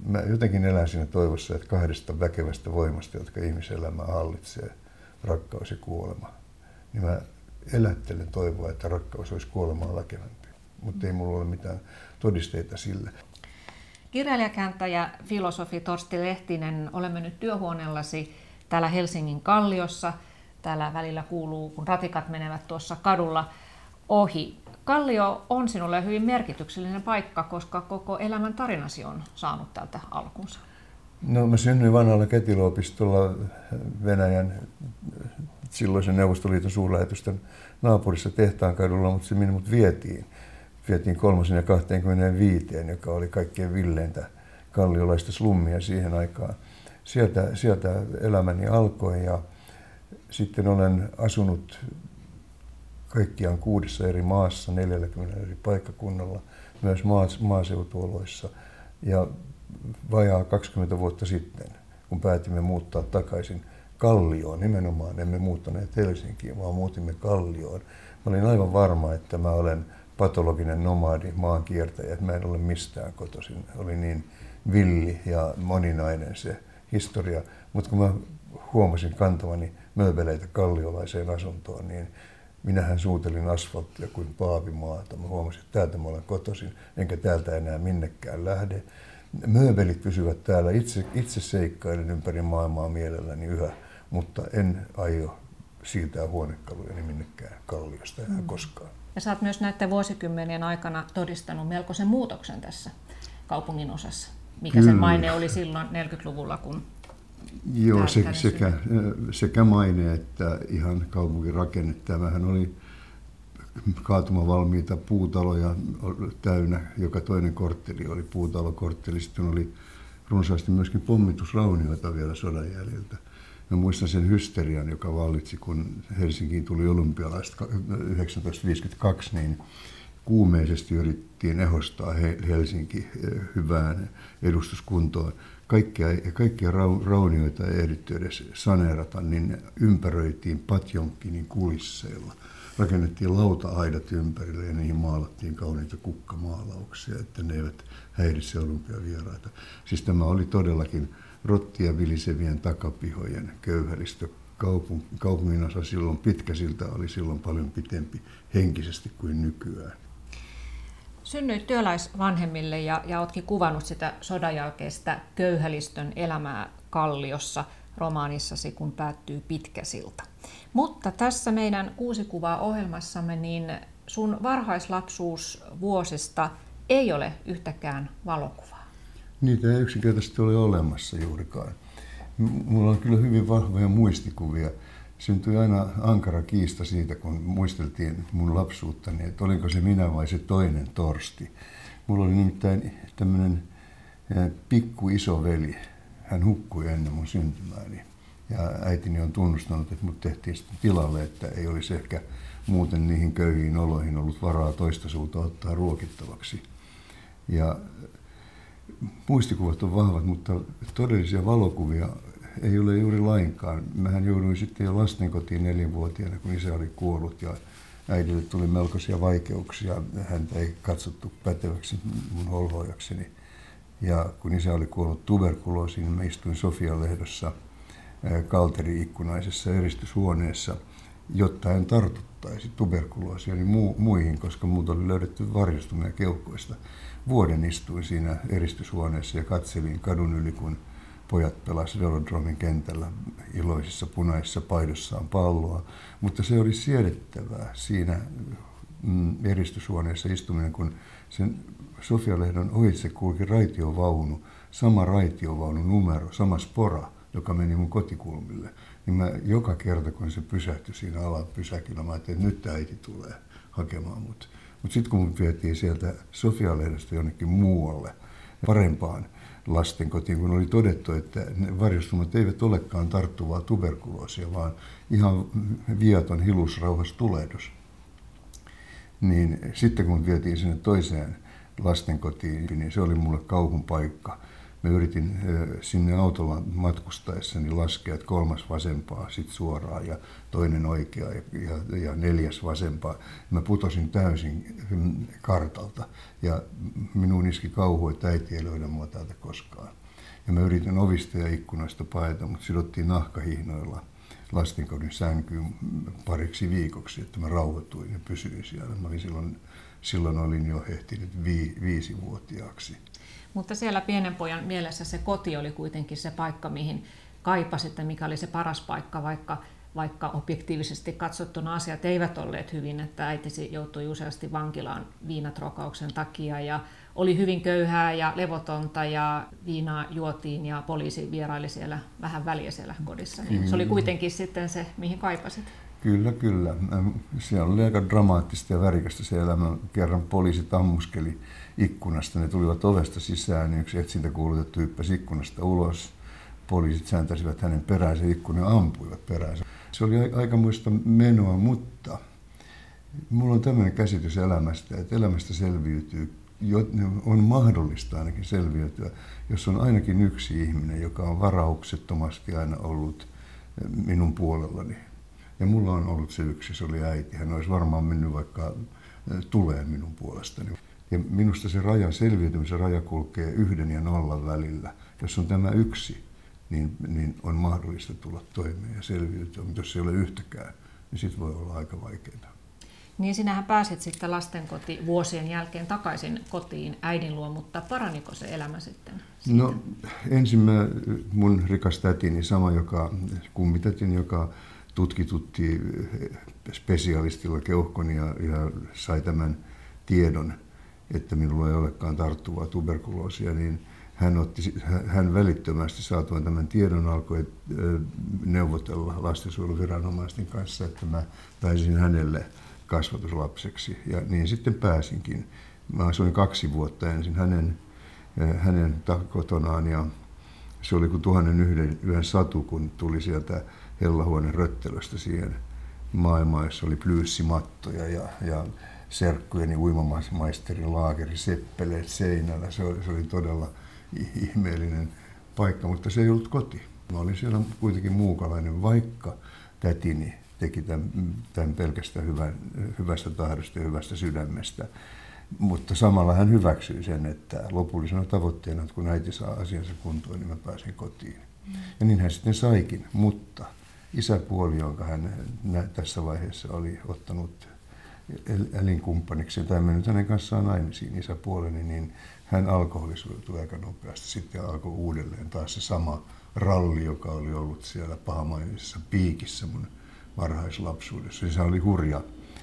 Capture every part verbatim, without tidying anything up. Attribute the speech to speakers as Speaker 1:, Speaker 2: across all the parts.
Speaker 1: mä jotenkin elän siinä toivossa, että kahdesta väkevästä voimasta, jotka ihmiselämää hallitsee, rakkaus ja kuolema, niin mä elättelen toivoa, että rakkaus olisi kuolemaa väkevämpi. Mutta ei mulla ole mitään todisteita sille.
Speaker 2: Kirjailijakääntäjä, filosofi Torsti Lehtinen, olemme nyt työhuoneellasi täällä Helsingin Kalliossa. Täällä välillä kuuluu, kun ratikat menevät tuossa kadulla ohi. Kallio on sinulle hyvin merkityksellinen paikka, koska koko elämän tarinasi on saanut täältä alkunsa.
Speaker 1: No, mä synnyin vanhalla kätilöopistolla Venäjän silloisen Neuvostoliiton suurlähetystön naapurissa Tehtaankadulla, mutta se minut vietiin. Vietiin kolmosen ja kaksikymmentäviisi, joka oli kaikkein villeintä kalliolaista slummia siihen aikaan. Sieltä, sieltä elämäni alkoi ja sitten olen asunut kaikkiaan kuudessa eri maassa, neljälläkymmenellä eri paikkakunnalla, myös maaseutuoloissa. Ja vajaa kaksikymmentä vuotta sitten, kun päätimme muuttaa takaisin Kallioon, nimenomaan emme muuttaneet Helsinkiin, vaan muutimme Kallioon. Mä olin aivan varma, että mä olen patologinen nomadi, maankiertäjä, että mä en ole mistään kotoisin. Oli niin villi ja moninainen se historia. Mutta kun mä huomasin kantavani mööbeleitä kalliolaiseen asuntoon, niin minähän suutelin asfalttia kuin paavimaata. Mä huomasin, että täältä mä olen kotoisin, enkä täältä enää minnekään lähde. Mööbelit pysyvät täällä. Itse, itse seikkailen ympäri maailmaa mielelläni yhä, mutta en aio siirtää huonekalujani minnekään Kalliosta enää mm. koskaan.
Speaker 2: Ja sä oot myös näiden vuosikymmenien aikana todistanut melkoisen muutoksen tässä kaupungin osassa. Mikä
Speaker 1: Kyllä.
Speaker 2: sen maine oli silloin neljäkymmentäluvulla, kun
Speaker 1: Joo, se, sekä, sekä maine että ihan kaupungin rakenne. Tämähän oli kaatumavalmiita puutaloja täynnä. Joka toinen kortteli oli puutalokortteli. Sitten oli runsaasti myöskin pommitusraunioita vielä sodan jäljiltä. Mä muistan sen hysterian, joka vallitsi, kun Helsinkiin tuli olympialaiset yhdeksäntoistasataaviisikymmentäkaksi, niin kuumeisesti yritettiin ehostaa Helsinki hyvään edustuskuntoon. Kaikkia, kaikkia raunioita ei ehditty edes saneerata, niin ympäröitiin Patjonkinin kulisseilla. Rakennettiin lauta-aidat ympärille ja niihin maalattiin kauniita kukkamaalauksia, että ne eivät häiritse olympiavieraita. Siis tämä oli todellakin rottia vilisevien takapihojen köyhälistö. Kaupung, kaupungin osa silloin, Pitkäsilta oli silloin paljon pitempi henkisesti kuin nykyään.
Speaker 2: Synnyit työläisvanhemmille ja, ja oletkin kuvannut sitä sodan jälkeistä köyhälistön elämää Kalliossa romaanissasi, kun päättyy Pitkäsilta. Mutta tässä meidän kuusi kuvaa ohjelmassamme, niin sun varhaislapsuusvuosista ei ole yhtäkään valokuvaa.
Speaker 1: Niitä ei yksinkertaisesti ole olemassa juurikaan. Mulla on kyllä hyvin vahvoja muistikuvia. Syntyi aina ankara kiista siitä, kun muisteltiin mun lapsuuttani, että olinko se minä vai se toinen Torsti. Mulla oli nimittäin tämmöinen pikku isoveli. Hän hukkui ennen mun syntymääni. Ja äitini on tunnustanut, että mut tehtiin sitten tilalle, että ei olisi ehkä muuten niihin köyhiin oloihin ollut varaa toista suuta ottaa ruokittavaksi. Ja muistikuvat on vahvat, mutta todellisia valokuvia ei ole juuri lainkaan. Mähän jouduin sitten jo lastenkotiin neljänvuotiaana, kun isä oli kuollut ja äidille tuli melkoisia vaikeuksia. Häntä ei katsottu päteväksi mun holhoajakseni. Ja kun isä oli kuollut tuberkuloosiin, niin mä istuin Sofia-lehdossa kalteri-ikkunaisessa eristyshuoneessa, jotta en tartuttaisi tuberkuloosia niin mu- muihin, koska muuta oli löydetty varjostumia keuhkoista. Vuoden istuin siinä eristyshuoneessa ja katselin kadun yli, kun pojat pelasivat velodromin kentällä iloisissa punaisissa paidossaan palloa. Mutta se oli siedettävää siinä mm, eristyshuoneessa istuminen, kun sen Sofia-lehdon ohitse kulki raitiovaunu, sama raitiovaunun numero, sama spora, joka meni mun kotikulmille. Niin mä joka kerta, kun se pysähtyi siinä alapysäkillä, mä ajattelin, että nyt äiti tulee hakemaan mut. Mutta sitten kun mut vietiin sieltä Sofia-lehdosta jonnekin muualle, parempaan lastenkotiin, kun oli todettu, että ne varjostumat eivät olekaan tarttuvaa tuberkuloosia, vaan ihan viaton hilusrauhas tulehdus. Niin sitten kun vietiin sinne toiseen lastenkotiin, niin se oli mulle kauhun paikka. Mä yritin sinne autolla matkustaessani laskea, että kolmas vasempaa, sitten suoraan ja toinen oikea ja, ja, ja neljäs vasempaa. Mä putosin täysin kartalta ja minuun iski kauhu, että äiti ei löydä mua täältä koskaan. Ja mä yritin ovista ja ikkunoista paeta, mutta sidottiin nahkahihnoilla lastenkodin sänkyyn pariksi viikoksi, että mä rauhoituin ja pysyin siellä. Mä olin silloin, silloin olin jo ehtinyt vi, viisivuotiaaksi.
Speaker 2: Mutta siellä pienen pojan mielessä se koti oli kuitenkin se paikka, mihin kaipasit, mikä oli se paras paikka, vaikka, vaikka objektiivisesti katsottuna asiat eivät olleet hyvin, että äitisi joutui useasti vankilaan viinatrokauksen takia ja oli hyvin köyhää ja levotonta ja viinaa juotiin ja poliisi vieraili siellä vähän väliä siellä kodissa. Niin se oli kuitenkin sitten se, mihin kaipasit.
Speaker 1: Kyllä, kyllä. Siellä oli aika dramaattista ja värikästä se elämä. Kerran poliisit ammuskeli ikkunasta. Ne tulivat ovesta sisään, niin yksi etsintäkuulutettu hyppäsi ikkunasta ulos. Poliisit sääntäisivät hänen peräänsä ikkunan ja ampuivat peräänsä. Se oli aikamoista menoa, mutta mulla on tämmöinen käsitys elämästä, että elämästä selviytyy, on mahdollista ainakin selviytyä, jos on ainakin yksi ihminen, joka on varauksettomasti aina ollut minun puolellani. Ja mulla on ollut se yksi, se oli äiti. Hän olisi varmaan mennyt vaikka tuleen minun puolestani. Ja minusta se raja, selviytymisen raja kulkee yhden ja nollan välillä. Jos on tämä yksi, niin, niin on mahdollista tulla toimeen ja selviytyä. Mutta jos ei ole yhtäkään, niin sitten voi olla aika vaikeaa.
Speaker 2: Niin sinähän pääsit sitten lastenkoti vuosien jälkeen takaisin kotiin äidin luo, mutta paraniko se elämä sitten? Siitä?
Speaker 1: No ensin mä, mun rikas tätini, sama joka kummitätini, joka tutkitutti spesialistilla keuhkoni ja, ja sai tämän tiedon, että minulla ei olekaan tarttuvaa tuberkuloosia, niin hän, otti, hän välittömästi saatuaan tämän tiedon alkoi neuvotella lastensuojeluviranomaisten kanssa, että mä pääsin hänelle kasvatuslapseksi. Ja niin sitten pääsinkin. Mä asuin kaksi vuotta ensin hänen, hänen kotonaan ja se oli kuin tuhannen yhden yön satu, kun tuli sieltä Hellahuoneen röttelöstä siihen maailmaan, jossa oli plyyssimattoja ja, ja serkkujeni uimamaisterin laakeri, seppeleet seinällä. Se oli, se oli todella ihmeellinen paikka, mutta se ei ollut koti. Mä olin siellä kuitenkin muukalainen, vaikka tätini teki tämän, tämän pelkästään hyvän, hyvästä tahdosta ja hyvästä sydämestä. Mutta samalla hän hyväksyi sen, että lopullisena tavoitteena, että kun äiti saa asiansa kuntoon, niin mä pääsin kotiin. Mm. Ja niin hän sitten saikin, mutta isäpuoli, jonka hän tässä vaiheessa oli ottanut elinkumppaniksi tai mennyt hänen kanssaan naimisiin isäpuoleni, niin hän alkoholisoitui aika nopeasti. Sitten alkoi uudelleen taas se sama ralli, joka oli ollut siellä pahamainisessa piikissä mun varhaislapsuudessa. Se oli hurja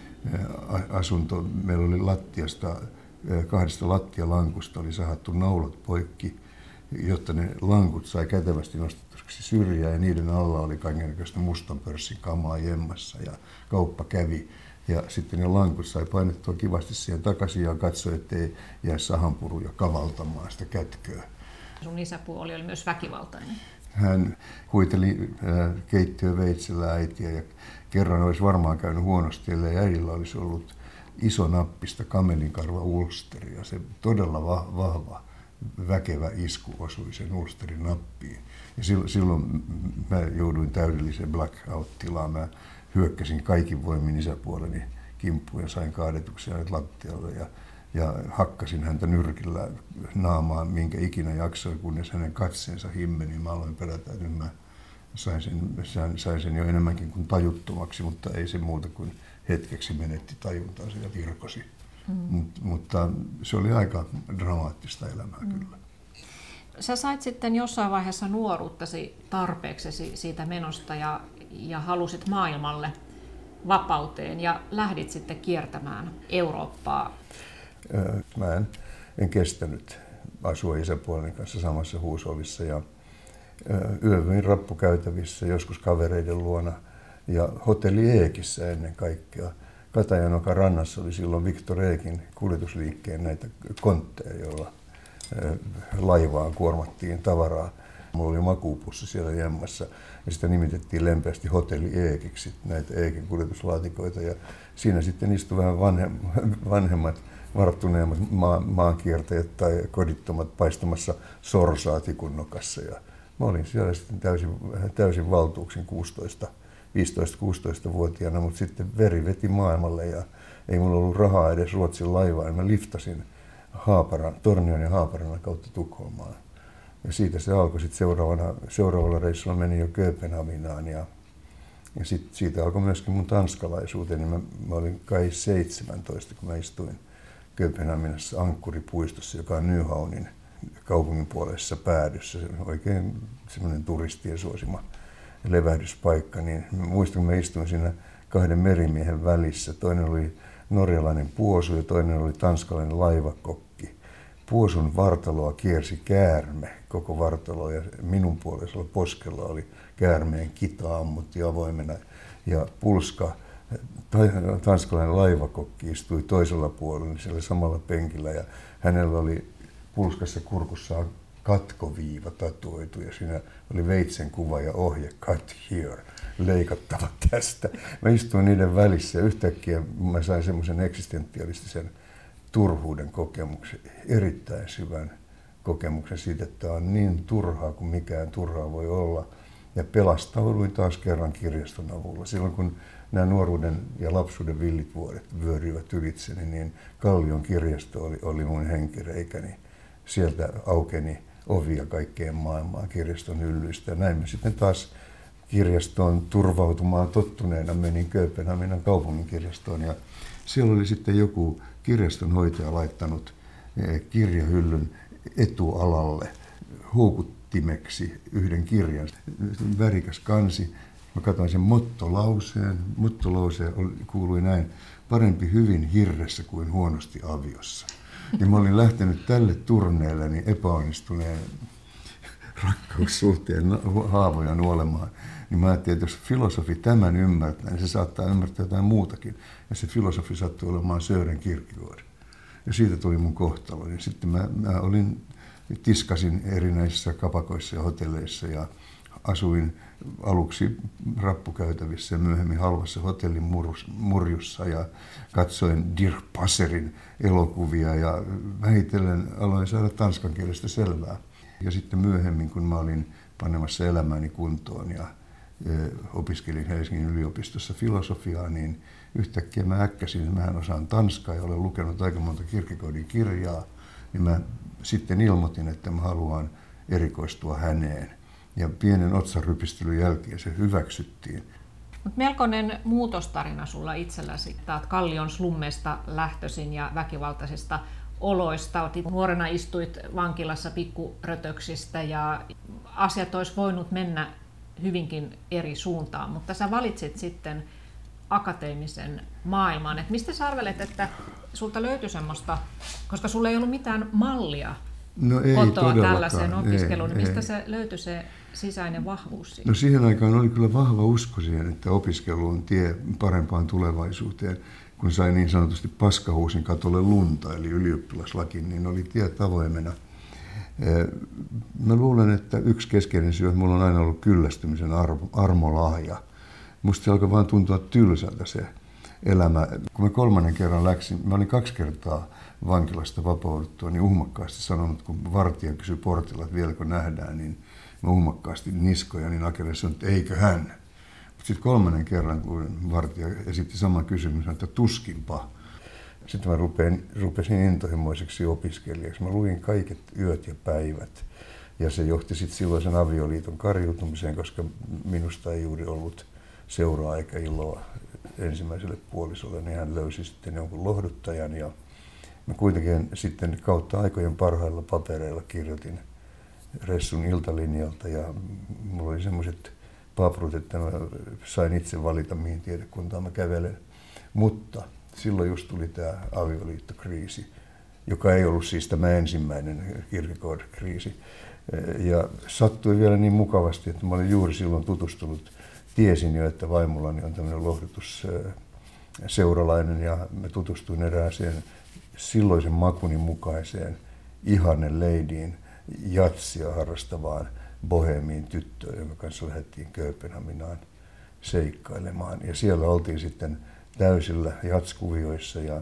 Speaker 1: asunto. Meillä oli lattiasta, kahdesta lattialankusta oli sahattu naulat poikki, jotta ne lankut sai kätevästi nostetuksi syrjään ja niiden alla oli kaikennäköistä mustan pörssin kamaa jemmassa ja kauppa kävi. Ja sitten ne lankut sai painettua kivasti siihen takaisin ja katsoi, ettei jää sahanpuruja kavaltamaan sitä kätköä.
Speaker 2: Sun isäpuoli oli myös väkivaltainen.
Speaker 1: Hän huiteli keittiöveitsellä äitiä ja kerran olisi varmaan käynyt huonosti, ellei äidillä olisi ollut iso nappista kamelinkarva ulsteri ja se todella vahva, väkevä isku osui sen ulsterin nappiin. Ja silloin mä jouduin täydelliseen blackout-tilaan. Mä hyökkäsin kaikin voimin isäpuoleni kimppuun ja sain kaadetuksia hänet lattialle ja, ja hakkasin häntä nyrkillä naamaan, minkä ikinä jaksoi, kunnes hänen katseensa himmeni. Mä aloin pelätä, että mä sain sen, sain sen jo enemmänkin kuin tajuttomaksi, mutta ei se muuta kuin hetkeksi menetti tajuntaansa ja virkosi. Mm. Mut, mutta se oli aika dramaattista elämää mm. kyllä.
Speaker 2: Sä sait sitten jossain vaiheessa nuoruuttasi tarpeeksesi siitä menosta ja, ja halusit maailmalle vapauteen ja lähdit sitten kiertämään Eurooppaa.
Speaker 1: Mä en, en kestänyt asua isäpuoleni kanssa samassa huushollissa ja yövyin rappukäytävissä, joskus kavereiden luona ja hotelli Eekissä ennen kaikkea. Katajanokan rannassa oli silloin Victor Eekin kuljetusliikkeen näitä kontteja, joilla laivaan kuormattiin tavaraa. Mulla oli makuupussi siellä jemmassa ja sitä nimitettiin lempeästi hotelli Eekiksi, näitä Eekin kuljetuslaatikoita. Ja siinä sitten istui vähän vanhem, vanhemmat, varttuneemmat maa, maankiertäjät tai kodittomat paistamassa sorsaa tikun nokassa. Ja mä olin siellä sitten täysin, täysin valtuuksin kuusitoista, viisitoista-kuusitoista-vuotiaana, mutta sitten veri veti maailmalle ja ei mulla ollut rahaa edes Ruotsin laivaan. Mä liftasin Haaparan, Tornion ja Haaparan kautta Tukholmaan. Ja siitä se alkoi. Sitten seuraavana, seuraavalla reissulla menin jo Kööpenhaminaan ja, ja sitten siitä alkoi myöskin mun tanskalaisuuteni. Mä, mä olin kai seitsemäntoista, kun mä istuin Kööpenhaminassa Ankkuripuistossa, joka on Nyhavnin kaupungin puolessa päädyssä. Se on oikein semmoinen turistien suosima levähdyspaikka. Niin mä muistan, kun mä istuin siinä kahden merimiehen välissä. Toinen oli norjalainen puosu ja toinen oli tanskalainen laivakokki. Puosun vartaloa kiersi käärme, koko vartalo, ja minun puoleisella poskella oli käärmeen kita ammutti avoimena. Ja Pulska, tanskalainen laivakokki, istui toisella puolella siellä samalla penkillä ja hänellä oli Pulskassa kurkussaan katkoviiva tatuoitu ja siinä oli veitsen kuva ja ohje cut here, leikattava tästä. Mä istuin niiden välissä ja yhtäkkiä mä sain semmoisen eksistentialistisen turhuuden kokemuksen, erittäin syvän kokemuksen siitä, että tämä on niin turhaa kuin mikään turhaa voi olla. Ja pelastauduin taas kerran kirjaston avulla. Silloin kun nämä nuoruuden ja lapsuuden villit vuodet vyöryivät ylitseni, niin Kallion kirjasto oli, oli mun henkireikäni. Sieltä aukeni ovia kaikkeen maailmaan kirjaston hyllyistä. Ja näin mä sitten taas kirjastoon turvautumaan tottuneena menin Kööpenhaminan kaupunginkirjastoon. Ja siellä oli sitten joku kirjastonhoitaja laittanut kirjahyllyn etualalle houkuttimeksi yhden kirjan. Värikäs kansi. Mä katsoin sen mottolauseen. Mottolause kuului näin: parempi hyvin hirressä kuin huonosti aviossa. Ja mä olin lähtenyt tälle turneelle niin epäonnistuneen rakkaussuhteen haavoja nuolemaan. Niin mä ajattelin, että jos filosofi tämän ymmärtää, niin se saattaa ymmärtää jotain muutakin. Ja se filosofi sattui olemaan Sören Kierkegaard. Ja siitä tuli mun kohtalo. Ja sitten mä, mä olin, tiskasin erinäisissä kapakoissa ja hotelleissa ja asuin aluksi rappukäytävissä ja myöhemmin halvassa hotellin murjussa ja katsoin Dirk Passerin elokuvia ja vähitellen aloin saada tanskan kielestä selvää. Ja sitten myöhemmin, kun mä olin panemassa elämääni kuntoon ja opiskelin Helsingin yliopistossa filosofiaa, niin yhtäkkiä mä äkkäsin, että mähän osaan tanskaa ja olen lukenut aika monta Kierkegaardin kirjaa, niin mä sitten ilmoitin, että mä haluan erikoistua häneen. Ja pienen otsarypistelyn jälkeen se hyväksyttiin.
Speaker 2: Mut melkoinen muutostarina sulla itselläsi. Olet Kallion slummeista lähtöisin ja väkivaltaisista oloista. Otit, nuorena istuit vankilassa pikkurötöksistä ja asiat olisi voinut mennä hyvinkin eri suuntaan, mutta sä valitsit sitten akateemisen maailman. Et mistä sä arvelet, että sulta löytyi semmoista, koska sulla ei ollut mitään mallia
Speaker 1: no ei,
Speaker 2: kotoa tällaiseen opiskeluun, niin mistä
Speaker 1: ei.
Speaker 2: se löytyi se sisäinen vahvuus siitä?
Speaker 1: No siihen aikaan oli kyllä vahva usko siihen, että opiskelu on tie parempaan tulevaisuuteen. Kun sai niin sanotusti paskahuusin katolle lunta, eli ylioppilaslakin, niin oli tie tavoimena. Mä luulen, että yksi keskeinen syy, että mulla on aina ollut kyllästymisen armo, armolahja. Musta se alkoi vaan tuntua tylsältä se elämä. Kun mä kolmannen kerran läksin, mä olin kaksi kertaa vankilasta vapauduttua, niin uhmakkaasti sanonut, kun vartija kysyi portilla, että vieläkö nähdään, niin mä uhmakkaasti niskoja, niin Akelle sanoi, että eikö hän. Mutta sitten kolmannen kerran, kun vartija esitti saman kysymyksen, että tuskinpa. Sitten mä rupein, rupesin intohimoiseksi opiskelijaksi. Mä luin kaiket yöt ja päivät. Ja se johti sitten silloisen avioliiton kariutumiseen, koska minusta ei juuri ollut seuraa eikä iloa ensimmäiselle puolisolle, niin hän löysi sitten jonkun lohduttajan. Ja mä kuitenkin sitten kautta aikojen parhailla papereilla kirjoitin Ressun iltalinjalta ja mulla oli semmoiset paprut, että mä sain itse valita, mihin tiedekuntaan mä kävelen. Mutta silloin just tuli tämä avioliittokriisi, joka ei ollut siis tämä ensimmäinen Kierkegaard-kriisi. Ja sattui vielä niin mukavasti, että mä olin juuri silloin tutustunut. Tiesin jo, että vaimollani on tämmöinen lohdutusseuralainen ja mä tutustuin erääseen silloisen makuni mukaiseen ihanne leidiin jatsia harrastavaan bohemiin tyttöön, jonka kanssa lähdettiin Kööpenhaminaan seikkailemaan. Ja siellä oltiin sitten täysillä jatskuvioissa ja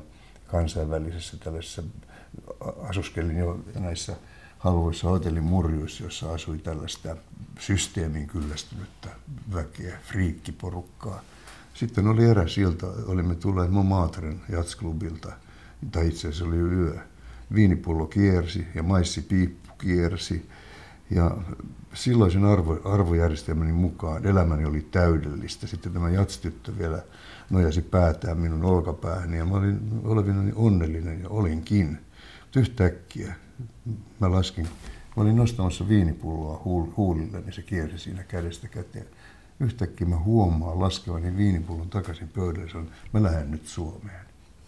Speaker 1: kansainvälisessä tällaisessa, asuskelin jo näissä halvoissa hotellimurjuissa, jossa asui tällaista systeemin kyllästynyttä väkeä, friikkiporukkaa. Sitten oli eräs ilta, olimme tulleet Montmartren jatsklubilta, tai itse asiassa oli yö. Viinipullo kiersi ja maissipiippu kiersi. Ja silloisen arvo, arvojärjestelmäni mukaan elämäni oli täydellistä. Sitten tämä jatstyttö vielä nojasi päätään minun olkapäähäni ja mä olin olevinani onnellinen ja olinkin. Mutta yhtäkkiä mä laskin, mä olin nostamassa viinipulloa huul, huulille, niin se kiersi siinä kädestä käteen. Yhtäkkiä mä huomaan laskevani viinipullon takaisin pöydälle, sanon, mä lähden nyt Suomeen.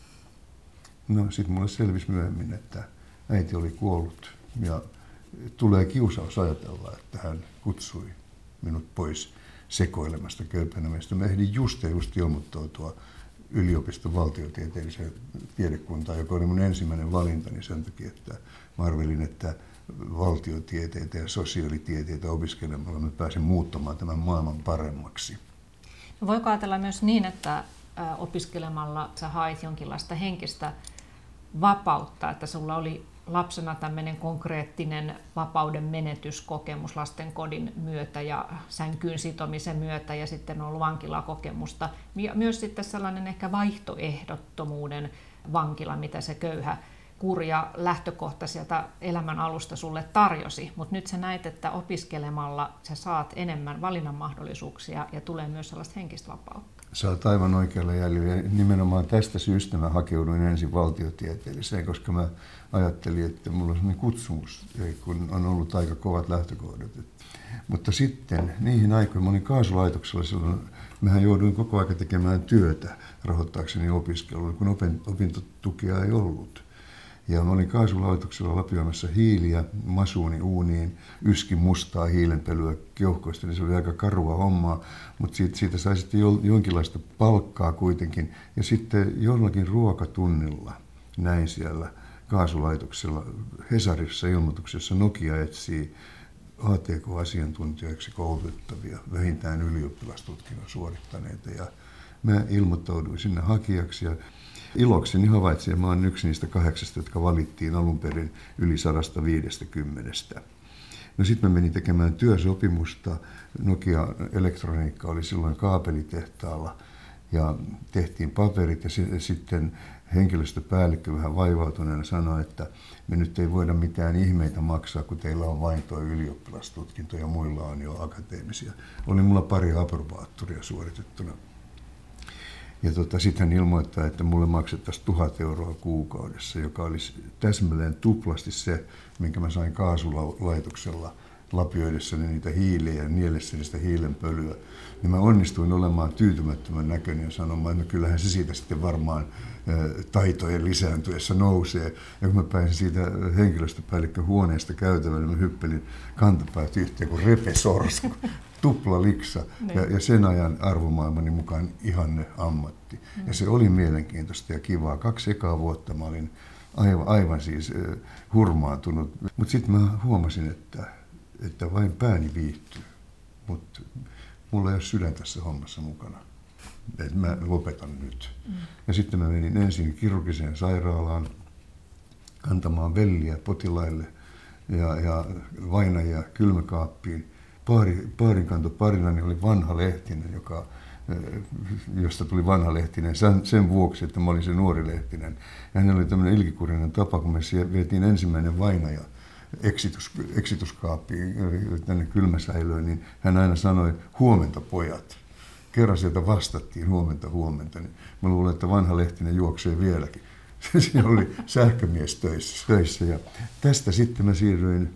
Speaker 1: No sit mulle selvisi myöhemmin, että äiti oli kuollut ja tulee kiusaus ajatella, että hän kutsui minut pois sekoilemasta Kööpenhaminasta. Mä ehdin just ja just ilmoittautua yliopiston valtiotieteelliseen tiedekuntaan, joka oli mun ensimmäinen valintani sen takia, että mä arvelin, että valtiotieteitä ja sosiaalitieteitä opiskelemalla mä pääsin muuttamaan tämän maailman paremmaksi.
Speaker 2: No voiko ajatella myös niin, että opiskelemalla sä hait jonkinlaista henkistä vapautta, että sulla oli lapsena tämmöinen konkreettinen vapauden menetyskokemus lastenkodin myötä ja sänkyyn sitomisen myötä ja sitten on ollut vankilakokemusta. Myös sitten sellainen ehkä vaihtoehdottomuuden vankila, mitä se köyhä kurja lähtökohta sieltä elämän alusta sulle tarjosi, mutta nyt sä näet, että opiskelemalla sä saat enemmän valinnan mahdollisuuksia ja tulee myös sellaista henkistä vapautta.
Speaker 1: Sä oot aivan oikealla jäljellä ja nimenomaan tästä syystä mä hakeuduin ensin valtiotieteelliseen, koska mä ajattelin, että mulla on sellainen kutsumus, kun on ollut aika kovat lähtökohdat. Mutta sitten niihin aikoihin, mä olin kaasulaitoksella silloin, mähän jouduin koko ajan tekemään työtä rahoittaakseni opiskelua, kun opintotukea ei ollut. Ja mä olin kaasulaitoksella lapioimassa hiiliä masuuni uuniin, yskin mustaa hiilenpölyä keuhkoista, niin se oli aika karua hommaa, mutta siitä, siitä sai sitten jonkinlaista palkkaa kuitenkin. Ja sitten jollakin ruokatunnilla näin siellä kaasulaitoksella Hesarissa ilmoituksessa Nokia etsii A T K-asiantuntijoiksi koulutettavia, vähintään ylioppilastutkinnon suorittaneita. Ja mä ilmoittauduin sinne hakijaksi ja ilokseni havaitsin, että mä olen yksi niistä kahdeksasta, jotka valittiin alun perin yli sata viisikymmentä. No sitten mä menin tekemään työsopimusta. Nokia Elektroniikka oli silloin kaapelitehtaalla ja tehtiin paperit ja sitten henkilöstöpäällikkö vähän vaivautuneena sanoi, että me nyt ei voida mitään ihmeitä maksaa, kun teillä on vain tuo ylioppilastutkinto ja muilla on jo akateemisia. Oli mulla pari approbaattoria suoritettuna. Ja tota, sitten hän ilmoittaa, että mulle maksettaisiin tuhat euroa kuukaudessa, joka olisi täsmälleen tuplasti se, minkä mä sain kaasulaitoksella lapioidessani niitä hiiliä ja niellessäni sitä hiilenpölyä. Niin mä onnistuin olemaan tyytymättömän näköinen ja sanomaan, että no kyllähän se siitä sitten varmaan ä, taitojen lisääntyessä nousee. Ja kun mä pääsin siitä henkilöstöpäällikkön huoneesta käytävälle, mä hyppelin kantapäät yhteen kuin repesorsku. Tupla liksa ja, ja sen ajan arvomaailmani mukaan ihanne ammatti. Mm. Ja se oli mielenkiintoista ja kivaa. Kaksi ekaa vuotta mä olin aivan, aivan siis äh, hurmaantunut. Mutta sitten mä huomasin, että, että vain pääni viihtyy. Mutta mulla ei ole sydän tässä hommassa mukana. Et mä lopetan nyt. Mm. Ja sitten mä menin ensin kirurgiseen sairaalaan antamaan velliä potilaille ja, ja vainajia kylmäkaappiin. Paari, paarin kanto parinani oli Vanha Lehtinen, joka, josta tuli Vanha Lehtinen sen, sen vuoksi, että mä olin se nuori Lehtinen. Ja hänellä oli tämmöinen ilkikurinen tapa, kun me vietiin ensimmäinen vainaja eksitus, eksituskaappiin tänne kylmäsäilöön, niin hän aina sanoi, huomenta pojat. Kerran sieltä vastattiin, huomenta, huomenta. Niin mä luulen, että Vanha Lehtinen juoksee vieläkin. Siinä oli sähkömies töissä. töissä. Ja tästä sitten mä siirryin.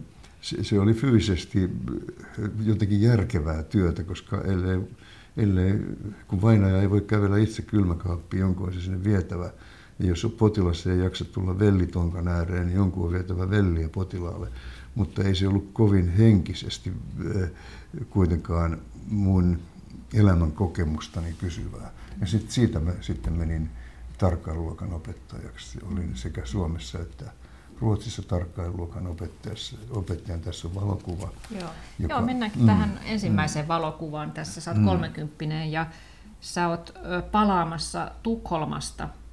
Speaker 1: Se oli fyysisesti jotenkin järkevää työtä, koska ellei, ellei, kun vainaja ei voi kävellä itse kylmäkaappiin, jonkun on se sinne vietävä. Ja jos potilas ei jaksa tulla vellitonkan ääreen, niin jonkun on vietävä velliä potilaalle. Mutta ei se ollut kovin henkisesti kuitenkaan mun elämän kokemustani kysyvää. Ja sit siitä mä sitten menin tarkkailuluokan opettajaksi. Olin sekä Suomessa että Ruotsissa tarkkailuluokan opettajan. Tässä on valokuva.
Speaker 2: Joo, joka, Joo mennäänkin mm, tähän ensimmäiseen mm. valokuvaan. Tässä sä oot mm. kolmekymppinen ja sä oot palaamassa Tukholmasta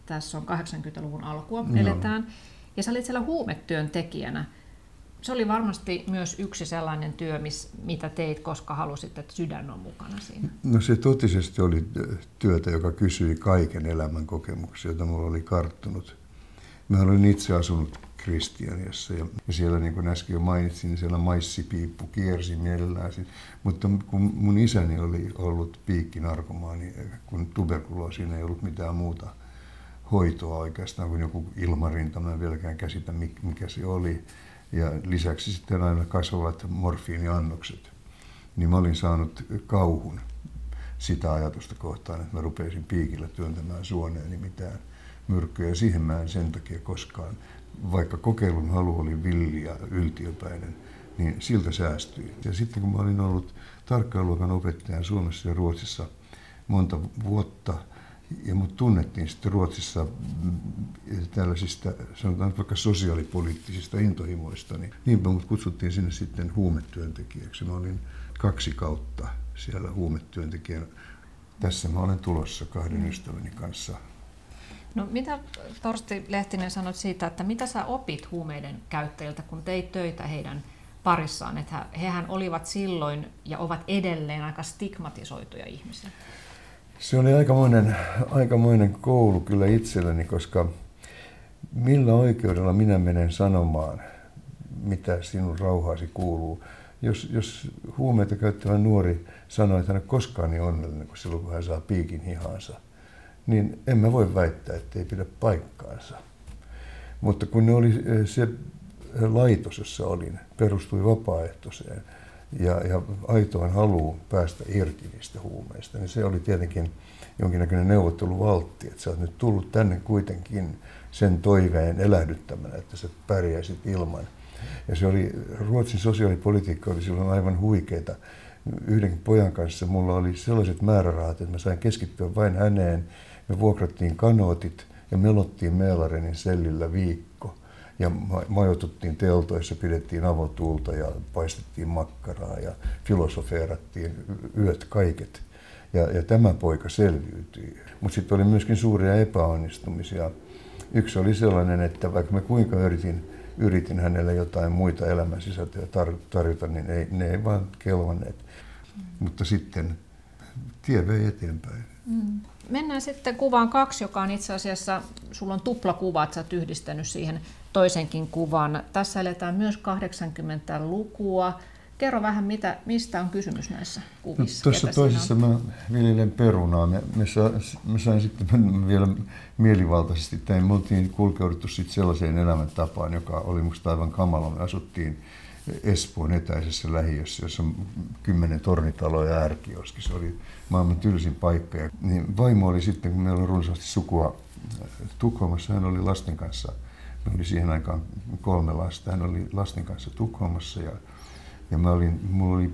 Speaker 2: Tässä on kahdeksankymmentäluvun alkua, no. eletään. Ja sä olit siellä huumetyöntekijänä. Se oli varmasti myös yksi sellainen työ, miss, mitä teit, koska halusit, että sydän on mukana siinä.
Speaker 1: No se totisesti oli työtä, joka kysyi kaiken elämän kokemuksia, joita minulla oli karttunut. Mä olin itse asunut Kristianiassa ja siellä, niin kuin äsken jo mainitsin, siellä maissipiippu kiersi mielellään. Mutta kun mun isäni oli ollut piikkinarkomaani, kun tuberkuloosiin ei ollut mitään muuta hoitoa oikeastaan kuin joku ilmarinta, mä en vieläkään käsitä mikä se oli. Ja lisäksi sitten aina kasvavat morfiiniannokset. Niin mä olin saanut kauhun sitä ajatusta kohtaan, että mä rupesin piikillä työntämään suoneeni mitään myrkkyä. Siihen mä en sen takia koskaan, vaikka kokeilun halu oli villi ja yltiöpäinen, niin siltä säästyi. Ja sitten kun mä olin ollut tarkkailuokan opettajan Suomessa ja Ruotsissa monta vuotta, ja mut tunnettiin sitten Ruotsissa tällaisista, sanotaan vaikka sosiaalipoliittisista intohimoista, niin niinpä mut kutsuttiin sinne sitten huumetyöntekijäksi. Mä olin kaksi kautta siellä huumetyöntekijänä. Tässä mä olen tulossa kahden ystäväni kanssa.
Speaker 2: No mitä Torsti Lehtinen sanot siitä, että mitä sä opit huumeiden käyttäjiltä, kun teit töitä heidän parissaan? Että hehän olivat silloin ja ovat edelleen aika stigmatisoituja ihmisiä.
Speaker 1: Se oli aikamoinen, aikamoinen koulu kyllä itselleni, koska millä oikeudella minä menen sanomaan, mitä sinun rauhaasi kuuluu. Jos, jos huumeita käyttävä nuori sanoo, että hän on koskaan niin onnellinen kuin silloin, kun hän saa piikin hihaansa, niin en mä voi väittää, että ei pidä paikkaansa. Mutta kun ne oli se laitos, jossa olin, perustui vapaaehtoiseen ja, ja aitoon haluun päästä irti niistä huumeista, niin se oli tietenkin jonkinnäköinen neuvotteluvaltti, että sä oot nyt tullut tänne kuitenkin sen toiveen elähdyttämänä, että sä pärjäisit ilman. Ja se oli, Ruotsin sosiaalipolitiikka oli silloin aivan huikeeta. Yhden pojan kanssa mulla oli sellaiset määrärahat, että mä sain keskittyä vain häneen. Me vuokrattiin kanootit ja melottiin Mälarenin sellillä viikko. Ja majoituttiin teltoissa, pidettiin avotuulta ja paistettiin makkaraa ja filosofeerattiin yöt kaiket. Ja, ja tämä poika selviytyi. Mutta sitten oli myöskin suuria epäonnistumisia. Yksi oli sellainen, että vaikka mä kuinka yritin, yritin hänelle jotain muita elämän sisältöjä tar- tarjota, niin ei, ne ei vaan kelvanneet. Mm. Mutta sitten tie vei eteenpäin.
Speaker 2: Mm. Mennään sitten kuvaan kaksi, joka on itse asiassa, sulla on tuplakuva, että sä oot yhdistänyt siihen toisenkin kuvan. Tässä eletään myös kahdeksankymmentälukua. Kerro vähän, mitä, mistä on kysymys näissä kuvissa?
Speaker 1: No, tuossa toisessa mä viljelen perunaa. Me, me, sa, me sain sitten vielä mielivaltaisesti tein. Me oltiin kulkeuduttu sitten sellaiseen elämäntapaan, joka oli musta aivan kamala. Me asuttiin Espoon etäisessä lähiössä, jossa on kymmenen tornitaloa ja ärkioski. Se oli maailman tylsin paikka. Ja, niin vaimo oli sitten, kun meillä oli runsaasti sukua Tukholmassa, hän oli lasten kanssa. Me oli siihen aikaan kolme lasta. Hän oli lasten kanssa Tukholmassa ja Ja mä olin, mulla oli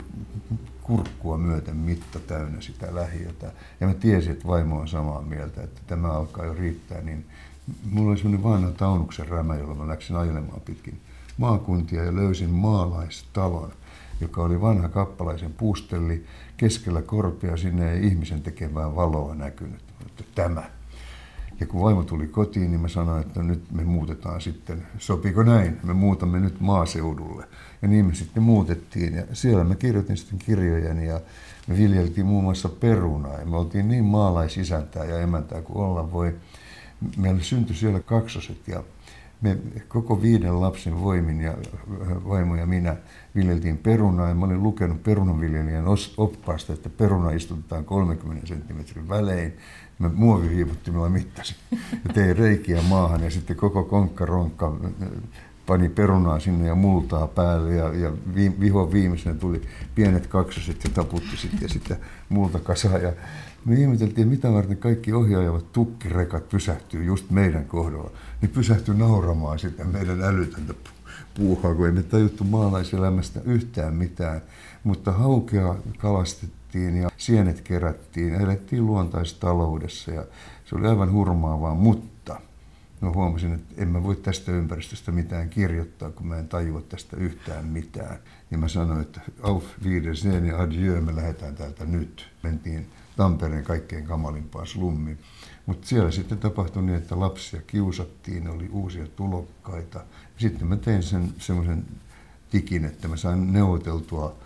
Speaker 1: kurkkua myöten mitta täynnä sitä lähiötä. Ja mä tiesin, että vaimo on samaa mieltä, että tämä alkaa jo riittää. Niin mulla oli semmoinen vanha Taunuksen rämä, jolla mä läksin ajelemaan pitkin maakuntia ja löysin maalaistalon, joka oli vanha kappalaisen puustelli keskellä korpea. Sinne ei ihmisen tekemään valoa näkynyt. Että tämä. Ja kun vaimo tuli kotiin, niin mä sanoin, että nyt me muutetaan sitten, sopiiko näin, me muutamme nyt maaseudulle. Ja niin me sitten muutettiin ja siellä mä kirjoitin sitten kirjojeni ja me viljeltiin muun muassa perunaa. Ja me oltiin niin maalaisisäntää ja emäntää kuin olla voi. Meillä syntyi siellä kaksoset ja me koko viiden lapsen voimin ja vaimo ja minä viljeltiin perunaa. Ja mä olin lukenut perunanviljelijän oppaasta, että peruna istutetaan kolmenkymmenen senttimetrin välein. Mä muoviviivottimella mittasin ja tein reikiä maahan ja sitten koko konkkaronkka pani perunaa sinne ja multaa päälle ja, ja vi, vihon viimeisenä tuli pienet kaksoset ja taputti sitten ja sitten multa kasaan. Ja me ihmeteltiin, mitä varten kaikki ohjaajavat tukkirekat pysähtyy just meidän kohdalla. Niin pysähtyi nauramaan sitä meidän älytöntä puuhaa, kun ei me tajuttu maalaiselämästä yhtään mitään. Mutta haukea kalastettiin ja sienet kerättiin ja elettiin luontaistaloudessa ja se oli aivan hurmaavaa, mutta mä huomasin, että en mä voi tästä ympäristöstä mitään kirjoittaa, kun mä en tajua tästä yhtään mitään. Ja mä sanoin, että auf Wiedersehen ja adieu, me lähdetään täältä nyt. Mentiin Tampereen kaikkein kamalimpaan slummiin. Mutta siellä sitten tapahtui niin, että lapsia kiusattiin, oli uusia tulokkaita. Sitten mä tein sen semmoisen tikin, että mä sain neuvoteltua.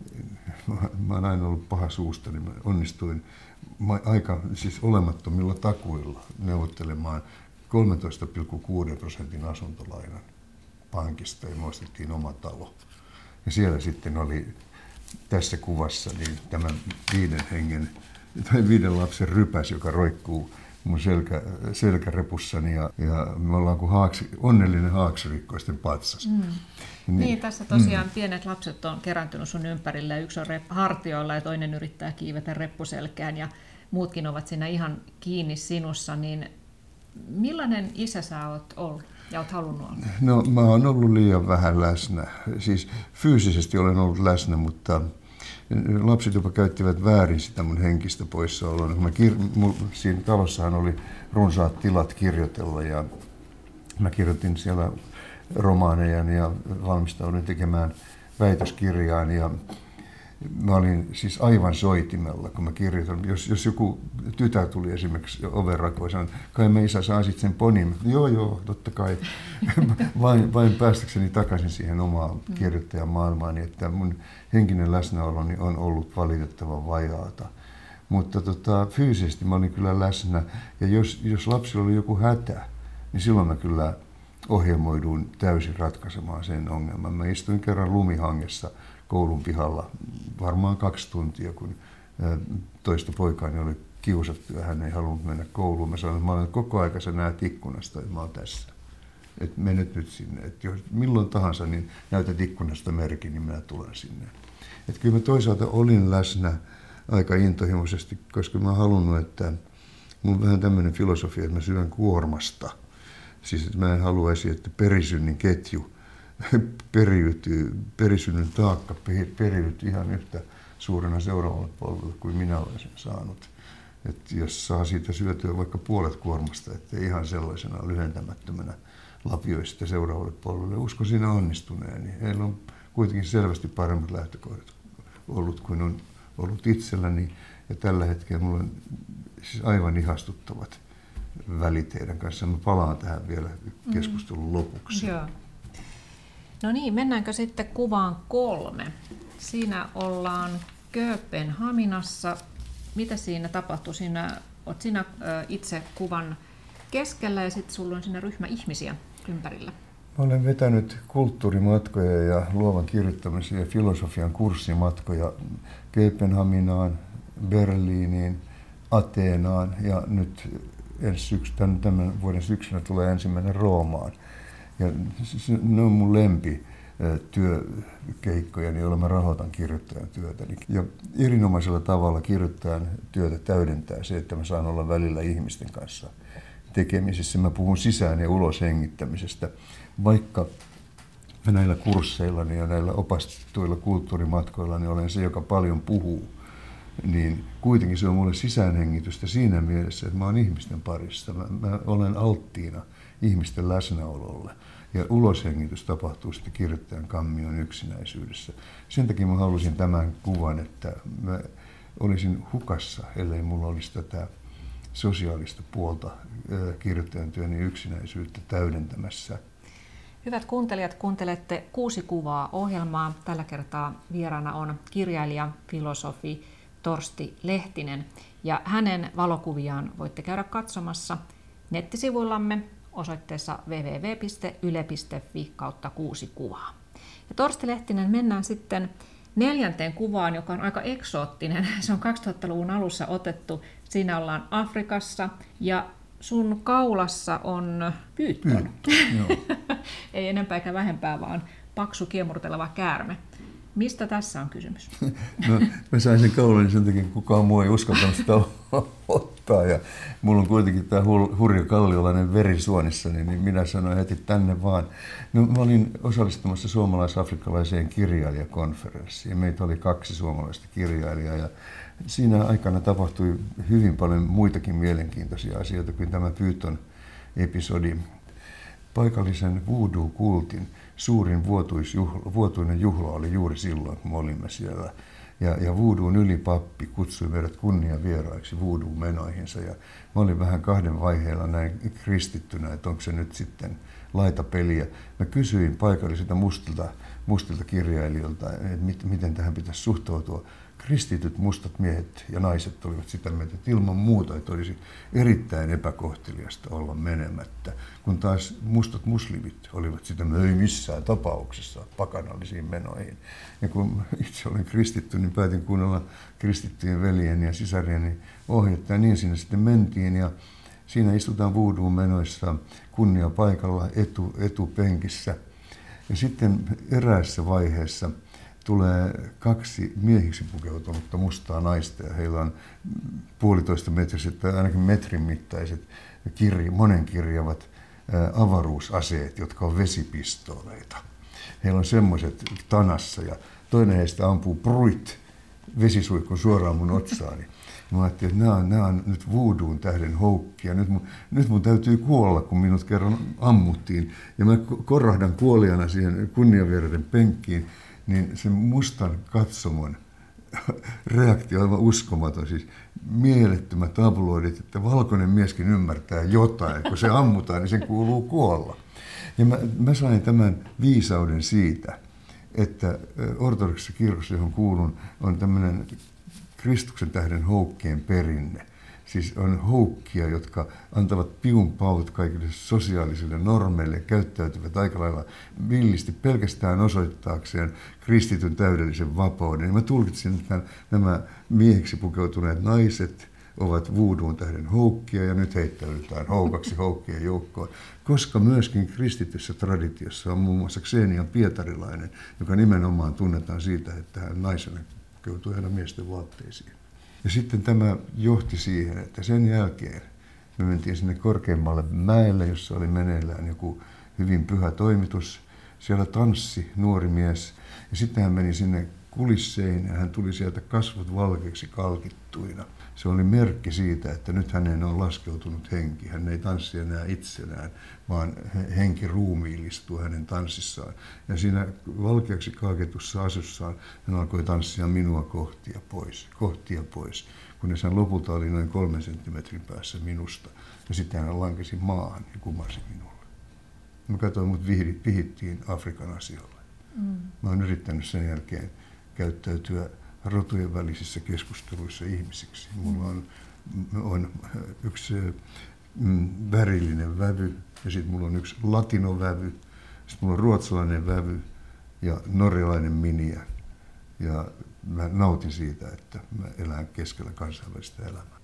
Speaker 1: Mä oon aina ollut paha suusta, niin mä onnistuin aika siis olemattomilla takuilla neuvottelemaan kolmetoista pilkku kuusi prosentin asuntolainan pankista ja me ostettiin oma talo. Ja siellä sitten oli tässä kuvassa niin tämä viiden hengen tai viiden lapsen rypäs, joka roikkuu mun selkä, selkärepussani ja, ja me ollaan kuin haaksi, onnellinen haaksirikkoisten patsas. Mm.
Speaker 2: Niin, niin, tässä tosiaan mm. pienet lapset on kerääntynyt sun ympärillä ja yksi on rep- hartioilla ja toinen yrittää kiivetä reppuselkään ja muutkin ovat siinä ihan kiinni sinussa. Niin millainen isä sä oot ollut ja oot halunnut olla?
Speaker 1: No mä oon ollut liian vähän läsnä. Siis fyysisesti olen ollut läsnä, mutta lapset jopa käyttivät väärin sitä mun henkistä poissaoloa. Mä kir- siinä talossahan oli runsaat tilat kirjoitella ja mä kirjoitin siellä romaaneja ja valmistauduin tekemään väitöskirjaan ja mä olin siis aivan soitimella, kun mä kirjoitan. Jos, jos joku tytär tuli esimerkiksi oven rakoon ja sanoi, kai me isä saasit sen ponin. Joo, joo, totta kai. vain, vain päästäkseni takaisin siihen omaan kirjoittajan maailmaani, että mun henkinen läsnäoloni on ollut valitettavan vajaata. Mutta tota, fyysisesti mä olin kyllä läsnä ja jos, jos lapsilla oli joku hätä, niin silloin mä kyllä ohjelmoiduin täysin ratkaisemaan sen ongelman. Mä istuin kerran lumihangessa koulun pihalla varmaan kaksi tuntia, kun toista poikaani oli kiusattu ja hän ei halunnut mennä kouluun. Mä sanoin, että mä olen koko ajan sä näet ikkunasta, että mä oon tässä. Että menet nyt sinne. Että jos milloin tahansa niin näytät ikkunasta merkin, niin minä tulen sinne. Että kyllä mä toisaalta olin läsnä aika intohimoisesti, koska mä oon halunnut, että mulla on vähän tämmöinen filosofia, että mä syön kuormasta. Siis että mä en haluaisi, että perisynnin ketju periytyy, perisynnyn taakka periytyy ihan yhtä suurena seuraavalle polvelle kuin minä olen sen saanut. Että jos saa siitä syötyä vaikka puolet kuormasta, ettei ihan sellaisena lyhentämättömänä lapioi sitä seuraavalle polvelle. Uskon siinä onnistuneen, niin heillä on kuitenkin selvästi paremmat lähtökohdat ollut kuin on ollut itselläni. Ja tällä hetkellä minulla on siis aivan ihastuttavat välit teidän kanssa. Mä palaan tähän vielä keskustelun lopuksi.
Speaker 2: Mm, joo. No niin, mennäänkö sitten kuvaan kolme? Siinä ollaan Kööpenhaminassa. Mitä siinä tapahtuu? Siinä olet sinä itse kuvan keskellä ja sitten sulla on siinä ryhmä ihmisiä ympärillä.
Speaker 1: Mä olen vetänyt kulttuurimatkoja ja luovan kirjoittamisen ja filosofian kurssimatkoja Kööpenhaminaan, Berliiniin, Ateenaan ja nyt ensi syksy, tämän, tämän vuoden syksynä tulee ensimmäinen Roomaan. Ja ne on mun lempi työkeikkoja, joilla mä rahoitan kirjoittajan työtä. Ja erinomaisella tavalla kirjoittajan työtä täydentää se, että mä saan olla välillä ihmisten kanssa tekemisissä. Mä puhun sisään ja ulos hengittämisestä. Vaikka näillä kursseillani ja näillä opastetuilla kulttuurimatkoilla olen se, joka paljon puhuu, niin kuitenkin se on mulle sisäänhengitystä siinä mielessä, että mä oon ihmisten parissa. Mä, mä olen alttiina ihmisten läsnäololle. Ja uloshengitys tapahtuu sitten kirjoittajan kammion yksinäisyydessä. Sen takia mä halusin tämän kuvan, että mä olisin hukassa, ellei mulla olisi tätä sosiaalista puolta kirjoittajan työni yksinäisyyttä täydentämässä.
Speaker 2: Hyvät kuuntelijat, kuuntelette Kuusi kuvaa -ohjelmaa. Tällä kertaa vieraana on kirjailija, filosofi Torsti Lehtinen. Ja hänen valokuviaan voitte käydä katsomassa nettisivuillamme osoitteessa double-u double-u double-u piste yle piste fi kautta kuusi kuvaa. Ja Torsti Lehtinen, mennään sitten neljänteen kuvaan, joka on aika eksoottinen. Se on kaksituhattaluvun alussa otettu. Siinä ollaan Afrikassa ja sun kaulassa on pyyttön. Ei enempää eikä vähempää, vaan paksu kiemurteleva käärme. Mistä tässä on kysymys?
Speaker 1: No, mä sain sen kaulani sen takia, kukaan muu ei uskaltanut sitä ottaa. Ja mulla on kuitenkin tämä hurja kalliolainen veri suonissani, niin minä sanoin heti tänne vaan. No, mä olin osallistumassa suomalais-afrikkalaiseen kirjailijakonferenssiin. Meitä oli kaksi suomalaista kirjailijaa ja siinä aikana tapahtui hyvin paljon muitakin mielenkiintoisia asioita kuin tämä pyytön episodi. Paikallisen voodoo-kultin suurin vuotuinen juhla oli juuri silloin, kun me olimme siellä. Ja, ja voodoo'n ylipappi kutsui meidät kunniavieraiksi voodoo-menoihinsa. Ja mä olin vähän kahden vaiheella näin kristittynä, että onko se nyt sitten laitapeliä. Mä kysyin paikallisilta mustilta, mustilta kirjailijoilta, että mit, miten tähän pitäisi suhtautua. Kristityt mustat miehet ja naiset olivat sitä mieltä, että ilman muuta että olisi erittäin epäkohteliasta olla menemättä, kun taas mustat muslimit olivat sitä mieltä, ei missään tapauksessa pakanallisiin menoihin. Ja kun itse olin kristitty, niin päätin kuunnella kristittyjen veljeni ja sisarieni ohjetta, ja niin siinä sitten mentiin. Ja siinä istutaan voodoo'n menoissa kunnia paikalla etu, etupenkissä. Ja sitten eräässä vaiheessa tulee kaksi miehiksi pukeutunutta mustaa naista ja heillä on puolitoista metriset tai ainakin metrin mittaiset kirja, monenkirjavat avaruusaseet, jotka on vesipistooleita. Heillä on semmoiset tanassa ja toinen heistä ampuu pruit vesisuihkun suoraan mun otsaani. Mä ajattelin, että nämä on, nämä on nyt voodoo'n tähden houkkia. Nyt mun, nyt mun täytyy kuolla, kun minut kerran ammuttiin. Ja mä korahdan kuolijana siihen kunniavieraiden penkkiin. Niin sen mustan katsomon reaktio on aivan uskomaton, siis mielettömät tabloidit, että valkoinen mieskin ymmärtää jotain, kun se ammutaan, niin sen kuuluu kuolla. Ja mä, mä sain tämän viisauden siitä, että ortodoksissa kirkossa, johon kuulun, on tämmöinen Kristuksen tähden houkkien perinne. Siis on houkkia, jotka antavat piun paut kaikille sosiaalisille normeille, käyttäytyvät aika lailla villisti pelkästään osoittaakseen kristityn täydellisen vapauden. Ja mä tulkitsin, että nämä miehiksi pukeutuneet naiset ovat voodoo'n tähden houkkia ja nyt heittäydytään houkaksi houkkien joukkoon. Koska myöskin kristityssä traditiossa on muun muassa Xenian pietarilainen, joka nimenomaan tunnetaan siitä, että hän naisena pukeutui aina miesten vaatteisiin. Ja sitten tämä johti siihen, että sen jälkeen me mentiin sinne korkeimmalle mäelle, jossa oli meneillään joku hyvin pyhä toimitus. Siellä tanssi nuori mies ja sitten hän meni sinne kulisseihin ja hän tuli sieltä kasvot valkeiksi kalkittuina. Se oli merkki siitä, että nyt häneen on laskeutunut henki. Hän ei tanssi enää itsenään, vaan henki ruumiillistuu hänen tanssissaan. Ja siinä valkeaksi kalkitussa asussaan hän alkoi tanssia minua kohtia pois, kohtia pois, kunnes hän lopulta oli noin kolmen senttimetrin päässä minusta. Ja sitten hän lankesi maahan ja kumarsi minulle. Mä katsoin, mut vihittiin Afrikan asioille. Mm. Mä oon yrittänyt sen jälkeen käyttäytyä rotujen välisissä keskusteluissa ihmisiksi. Mulla on, on yksi mm, värillinen vävy ja sitten mulla on yksi latinovävy, sitten mulla on ruotsalainen vävy ja norjalainen miniä. Ja mä nautin siitä, että mä elän keskellä kansainvälistä elämää.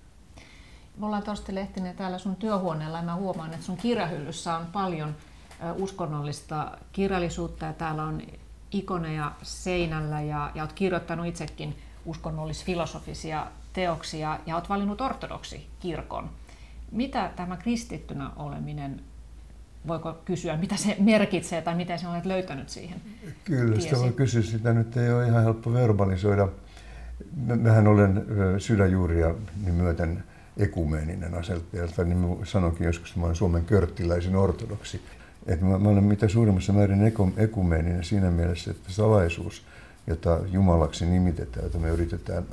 Speaker 2: Me ollaan Torsti Lehtinen täällä sun työhuoneella ja mä huomaan, että sun kirjahyllyssä on paljon uskonnollista kirjallisuutta ja täällä on ikoneja seinällä ja, ja olet kirjoittanut itsekin uskonnollis-filosofisia teoksia ja olet valinnut ortodoksi kirkon. Mitä tämä kristittynä oleminen, voiko kysyä, mitä se merkitsee tai miten sinä olet löytänyt siihen?
Speaker 1: Kyllä, sitä voi kysyä, sitä nyt ei ole ihan helppo verbalisoida. Mähän olen sydänjuuria niin myöten ekumeeninen aselteelta, niin mä sanonkin joskus, että mä olen Suomen körttiläisen ortodoksi. Että mä, mä olen mitä suurimmassa määrin ekumeeninen siinä mielessä, että salaisuus, jota Jumalaksi nimitetään, jota me yritetään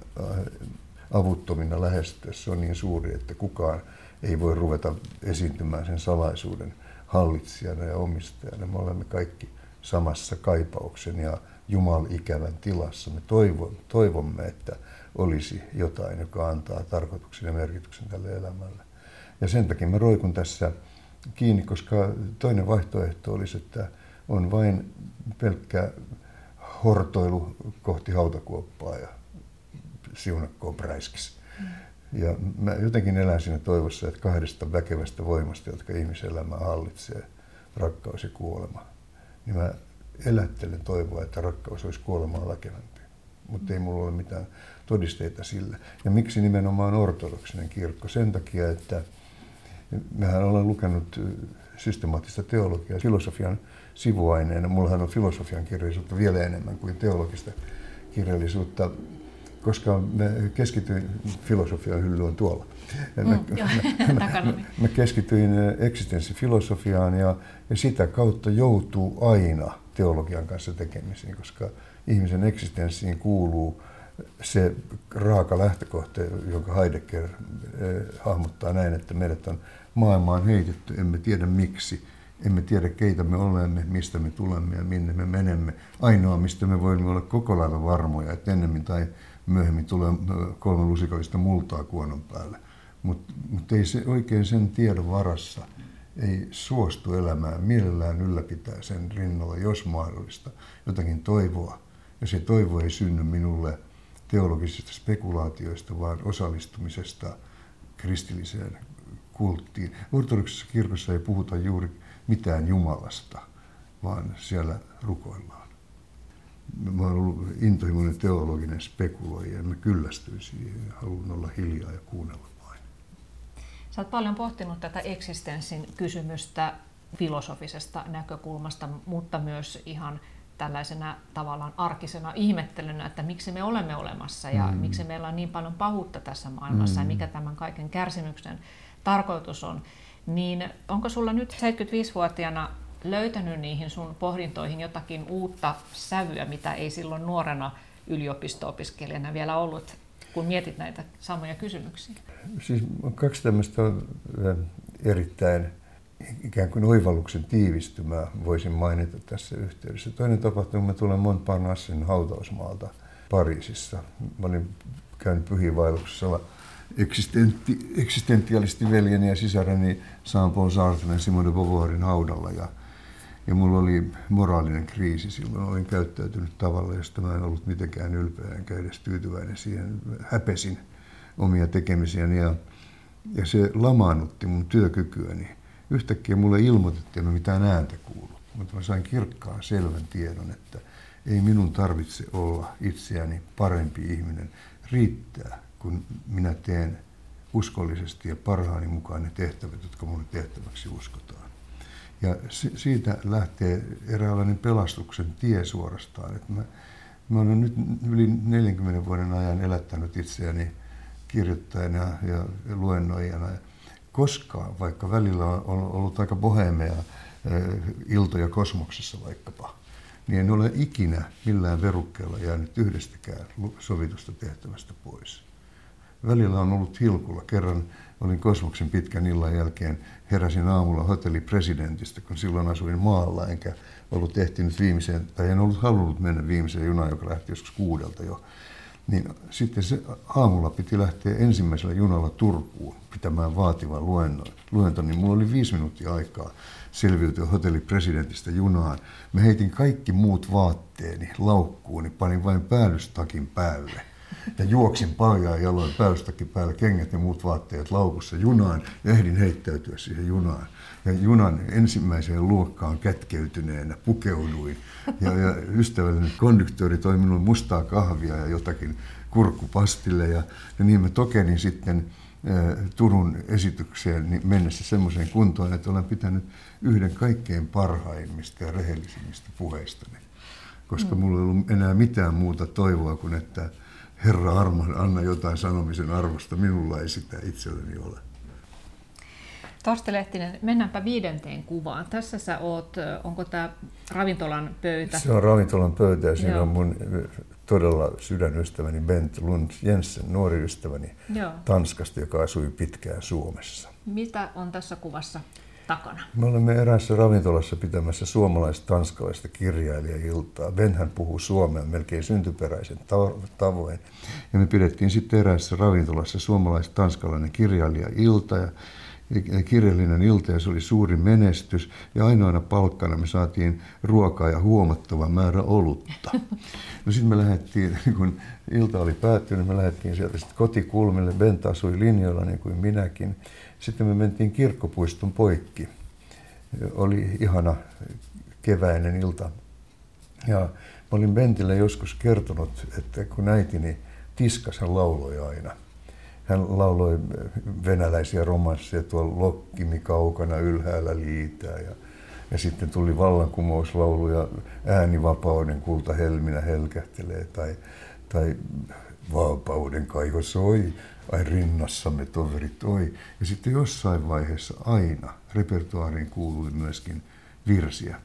Speaker 1: avuttomina lähestyä, se on niin suuri, että kukaan ei voi ruveta esiintymään sen salaisuuden hallitsijana ja omistajana. Me olemme kaikki samassa kaipauksen ja Jumal-ikävän tilassa. Me toivomme, että olisi jotain, joka antaa tarkoituksen ja merkityksen tälle elämälle. Ja sen takia mä roikun tässä kiinni, koska toinen vaihtoehto olisi, että on vain pelkkä hortoilu kohti hautakuoppaa ja siunakkoon präiskis. Mm. Ja mä jotenkin elän siinä toivossa, että kahdesta väkevästä voimasta, jotka ihmiselämää hallitsee, rakkaus ja kuolema, niin mä elättelen toivoa, että rakkaus olisi kuolemaa väkevämpi. Mutta ei mulla ole mitään todisteita sille. Ja miksi nimenomaan ortodoksinen kirkko? Sen takia, että mehän olen lukenut systemaattista teologiaa filosofian sivuaineena. Mullahan on filosofian kirjallisuutta vielä enemmän kuin teologista kirjallisuutta, koska mä keskityin, filosofian hylly on tuolla. Mm, mä, mä, mä, mä keskityin eksistenssifilosofiaan ja, ja sitä kautta joutuu aina teologian kanssa tekemisiin, koska ihmisen eksistenssiin kuuluu se raaka lähtökohta, jonka Heidegger hahmottaa näin, että meidät on maailmaan heitetty, emme tiedä miksi, emme tiedä keitä me olemme, mistä me tulemme ja minne me menemme. Ainoa, mistä me voimme olla koko lailla varmoja, että ennemmin tai myöhemmin tulee kolme lusikallista multaa kuonon päälle. Mutta mut ei se oikein sen tiedon varassa ei suostu elämään, mielellään ylläpitää sen rinnalla, jos mahdollista, jotakin toivoa. Ja se toivo ei synny minulle teologisista spekulaatioista, vaan osallistumisesta kristilliseen kulttiin. Ortodoksisessa kirkossa ei puhuta juuri mitään Jumalasta, vaan siellä rukoillaan. Mä olen ollut intohimoinen teologinen spekuloija ja mä kyllästyin siihen ja haluan olla hiljaa ja kuunnella vain.
Speaker 2: Sä oot paljon pohtinut tätä eksistenssin kysymystä filosofisesta näkökulmasta, mutta myös ihan tällaisena tavallaan arkisena ihmettelynä, että miksi me olemme olemassa ja mm. miksi meillä on niin paljon pahuutta tässä maailmassa mm. ja mikä tämän kaiken kärsimyksen tarkoitus on. Niin onko sulla nyt seitsemänkymmentäviisivuotiaana löytänyt niihin sun pohdintoihin jotakin uutta sävyä, mitä ei silloin nuorena yliopisto-opiskelijana vielä ollut, kun mietit näitä samoja kysymyksiä?
Speaker 1: Siis kaksi tämmöistä erittäin ikään kuin oivalluksen tiivistymää voisin mainita tässä yhteydessä. Toinen tapahtui, kun mä tulen Montparnassin hautausmaalta Pariisissa. Mä olin käynyt pyhiinvaelluksessa eksistentti, eksistentialistiveljeni ja sisareni Jean-Paul Sartren ja Simone de Beauvoirin haudalla. Ja, ja mulla oli moraalinen kriisi silloin. Olin käyttäytynyt tavalla, josta mä en ollut mitenkään ylpeä enkä edes tyytyväinen siihen. Häpesin omia tekemisiäni ja, ja se lamaannutti mun työkykyäni. Yhtäkkiä mulle ilmoitettiin, että mitään ääntä kuulu, mutta mä sain kirkkaan selvän tiedon, että ei minun tarvitse olla itseäni parempi ihminen. Riittää, kun minä teen uskollisesti ja parhaani mukaan ne tehtävät, jotka minulle tehtäväksi uskotaan. Ja siitä lähtee eräänlainen pelastuksen tie suorastaan. Että mä, mä olen nyt yli neljänkymmenen vuoden ajan elättänyt itseäni kirjoittajana ja luennoijana. Koskaan, vaikka välillä on ollut aika bohemeja iltoja kosmoksessa vaikkapa, niin en ole ikinä millään verukkeella jäänyt yhdestäkään sovitusta tehtävästä pois. Välillä on ollut hilkulla. Kerran olin kosmoksen pitkän illan jälkeen, heräsin aamulla hotelli Presidentistä, kun silloin asuin maalla, enkä ollut ehtinyt viimeiseen, tai en ollut halunnut mennä viimeiseen junaan, joka lähti joskus kuudelta jo. Niin sitten se aamulla piti lähteä ensimmäisellä junalla Turkuun pitämään vaativan luenton, niin mulla oli viisi minuuttia aikaa selviytyä hotelli Presidentistä junaan. Mä heitin kaikki muut vaatteeni laukkuuni, panin vain päällystakin päälle ja juoksin paljaan jaloin päällystakin päälle, kengät ja muut vaatteet laukussa junaan ja ehdin heittäytyä siihen junaan. Ja junan ensimmäiseen luokkaan kätkeytyneenä pukeuduin ja, ja ystävällinen konduktööri toi minulle mustaa kahvia ja jotakin kurkkupastille ja, ja niin mä tokenin sitten ä, Turun esitykseen niin mennessä semmoiseen kuntoon, että olen pitänyt yhden kaikkein parhaimmista ja rehellisimmistä puheistani, koska mulla ei ollut enää mitään muuta toivoa kuin että Herra armon, anna jotain sanomisen arvosta, minulla ei sitä itselleni ole.
Speaker 2: Torsti Lehtinen, mennäänpä viidenteen kuvaan. Tässä sä oot, onko tämä ravintolan pöytä?
Speaker 1: Se on ravintolan pöytä ja siinä Joo. on mun todella sydänystäväni Bent Lund Jensen, nuori ystäväni Joo. Tanskasta, joka asui pitkään Suomessa.
Speaker 2: Mitä on tässä kuvassa takana?
Speaker 1: Me olemme eräässä ravintolassa pitämässä suomalais-tanskalaista kirjailijailtaa. Benthän puhuu suomea melkein syntyperäisen tavoin. Ja me pidettiin sitten eräässä ravintolassa suomalais-tanskalainen kirjailijailta ja kirjallinen ilta ja se oli suuri menestys ja ainoana palkkana me saatiin ruokaa ja huomattava määrä olutta. No sitten me lähdettiin, kun ilta oli päättynyt, me lähdettiin sieltä sitten kotikulmille. Bent asui linjoilla niin kuin minäkin. Sitten me mentiin Kirkkopuiston poikki. Oli ihana keväinen ilta. Ja mä olin Bentille joskus kertonut, että kun äitini tiskas, hän lauloi aina. Hän lauloi venäläisiä romansseja, tuolla Lokkimi kaukana ylhäällä liitää ja, ja sitten tuli vallankumouslaulu ja äänivapauden kulta helminä helkähtelee tai, tai vapauden kaivo soi, ai rinnassamme toverit oi. Ja sitten jossain vaiheessa aina repertuaariin kuului myöskin virsiä.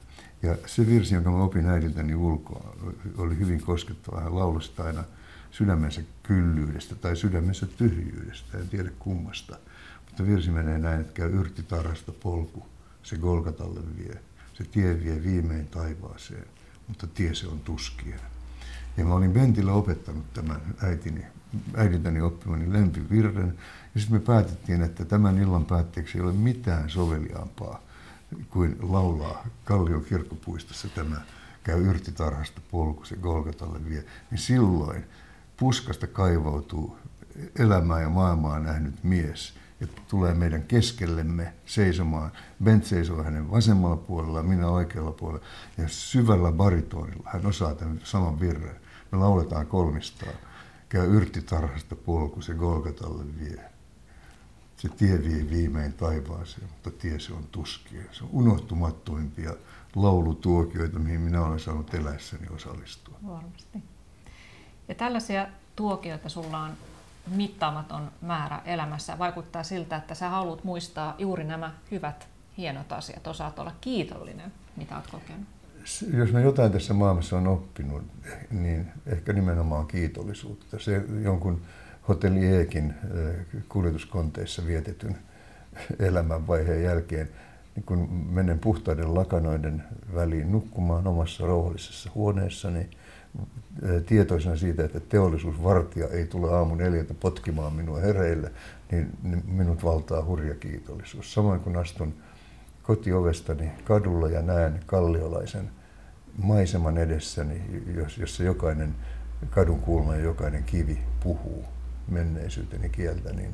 Speaker 1: Ja se virsi, jonka mä opin äidiltäni ulkoa, oli hyvin koskettava. Hän lauloi sitä aina sydämensä kyllyydestä tai sydämensä tyhjyydestä, en tiedä kummasta. Mutta virsi menee näin, että käy yrttitarhasta polku, se Golgatalle vie. Se tie vie viimein taivaaseen, mutta tie se on tuskien. Ja mä olin Bentille opettanut tämän äitini, äidiltäni oppimani lempivirren. Ja sitten me päätettiin, että tämän illan päätteeksi ei ole mitään soveliaampaa kuin laulaa Kallion kirkkopuistossa tämä käy yrttitarhasta polku, se Golgatalle vie. Niin silloin puskasta kaivautuu elämää ja maailmaa nähnyt mies ja tulee meidän keskellemme seisomaan. Bent seisoo hänen vasemmalla puolella, minä oikealla puolella. Ja syvällä baritonilla hän osaa tämän saman virren. Me lauletaan kolmistaan. Käy yrttitarhasta polku, se Golgatalle vie. Se tie vie viimein taivaaseen, mutta tie se on tuskien. Se on unohtumattomimpia laulutuokioita, mihin minä olen saanut eläessäni osallistua.
Speaker 2: Varmasti. Ja tällaisia tuokioita sulla on mittaamaton määrä elämässä. Vaikuttaa siltä, että sä haluat muistaa juuri nämä hyvät, hienot asiat. Osaat olla kiitollinen, mitä olet kokenut.
Speaker 1: Jos mä jotain tässä maailmassa on oppinut, niin ehkä nimenomaan kiitollisuutta. Se jonkun Hotelli Eekin kuljetuskonteissa vietetyn elämänvaiheen jälkeen, niin kun menen puhtaiden lakanoiden väliin nukkumaan omassa rauhallisessa huoneessani, tietoisena siitä, että teollisuusvartija ei tule aamun neljältä potkimaan minua hereille, niin minut valtaa hurja kiitollisuus. Samoin kun astun kotiovestani kadulla ja näen kalliolaisen maiseman edessäni, jossa jokainen kadun kulma ja jokainen kivi puhuu menneisyyteni kieltä, niin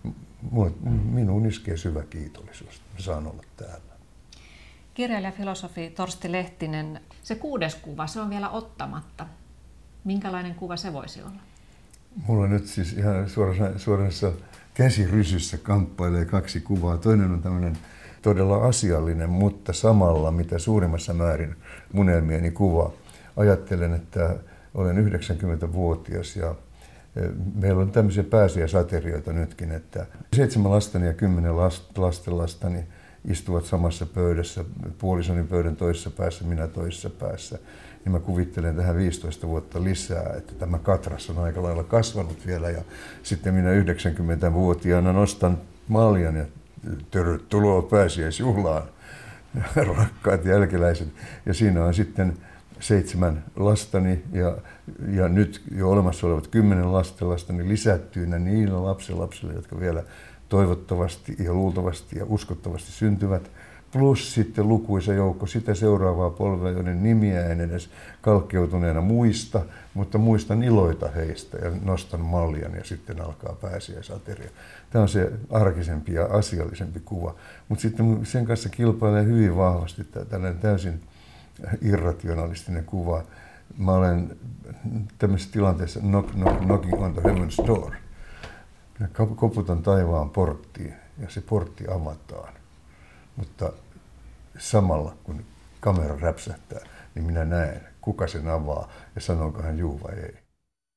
Speaker 1: minuun iskee syvä kiitollisuus. Saan olla täällä.
Speaker 2: Kirjailija filosofi Torsti Lehtinen, se kuudes kuva, se on vielä ottamatta. Minkälainen kuva se voisi olla?
Speaker 1: Mulla nyt siis ihan suorassa, suorassa käsirysyssä kamppailee kaksi kuvaa. Toinen on tämmöinen todella asiallinen, mutta samalla mitä suurimmassa määrin munelmieni kuva. Ajattelen, että olen yhdeksänkymmentävuotias ja meillä on tämmöisiä pääsiäisaterioita nytkin, että seitsemän lastani ja kymmenen lastenlastani istuvat samassa pöydässä, puolisoni pöydän toisessa päässä, minä toisessa päässä. Niin mä kuvittelen tähän viisitoista vuotta lisää, että tämä katras on aika lailla kasvanut vielä ja sitten minä yhdeksänkymmentävuotiaana nostan maljan ja tervetuloa pääsiäisjuhlaan, rakkaat jälkeläiset. Ja siinä on sitten seitsemän lastani ja, ja nyt jo olemassa olevat kymmenen lastenlastani lisättyinä niillä lapsenlapsilla, jotka vielä toivottavasti ja luultavasti ja uskottavasti syntyvät, plus sitten lukuisa joukko sitä seuraavaa polvea, joiden nimiä en edes kalkkeutuneena muista, mutta muistan iloita heistä ja nostan maljan ja sitten alkaa pääsiäisateria. Tämä on se arkisempi ja asiallisempi kuva, mutta sitten sen kanssa kilpailee hyvin vahvasti tällainen täysin irrationalistinen kuva. Mä olen tämmöisessä tilanteessa knock, knock, knocking on the heaven's door. Koputan taivaan porttiin ja se portti avataan. Mutta samalla kun kamera räpsähtää, niin minä näen, kuka sen avaa ja sanooko hän juu vai ei.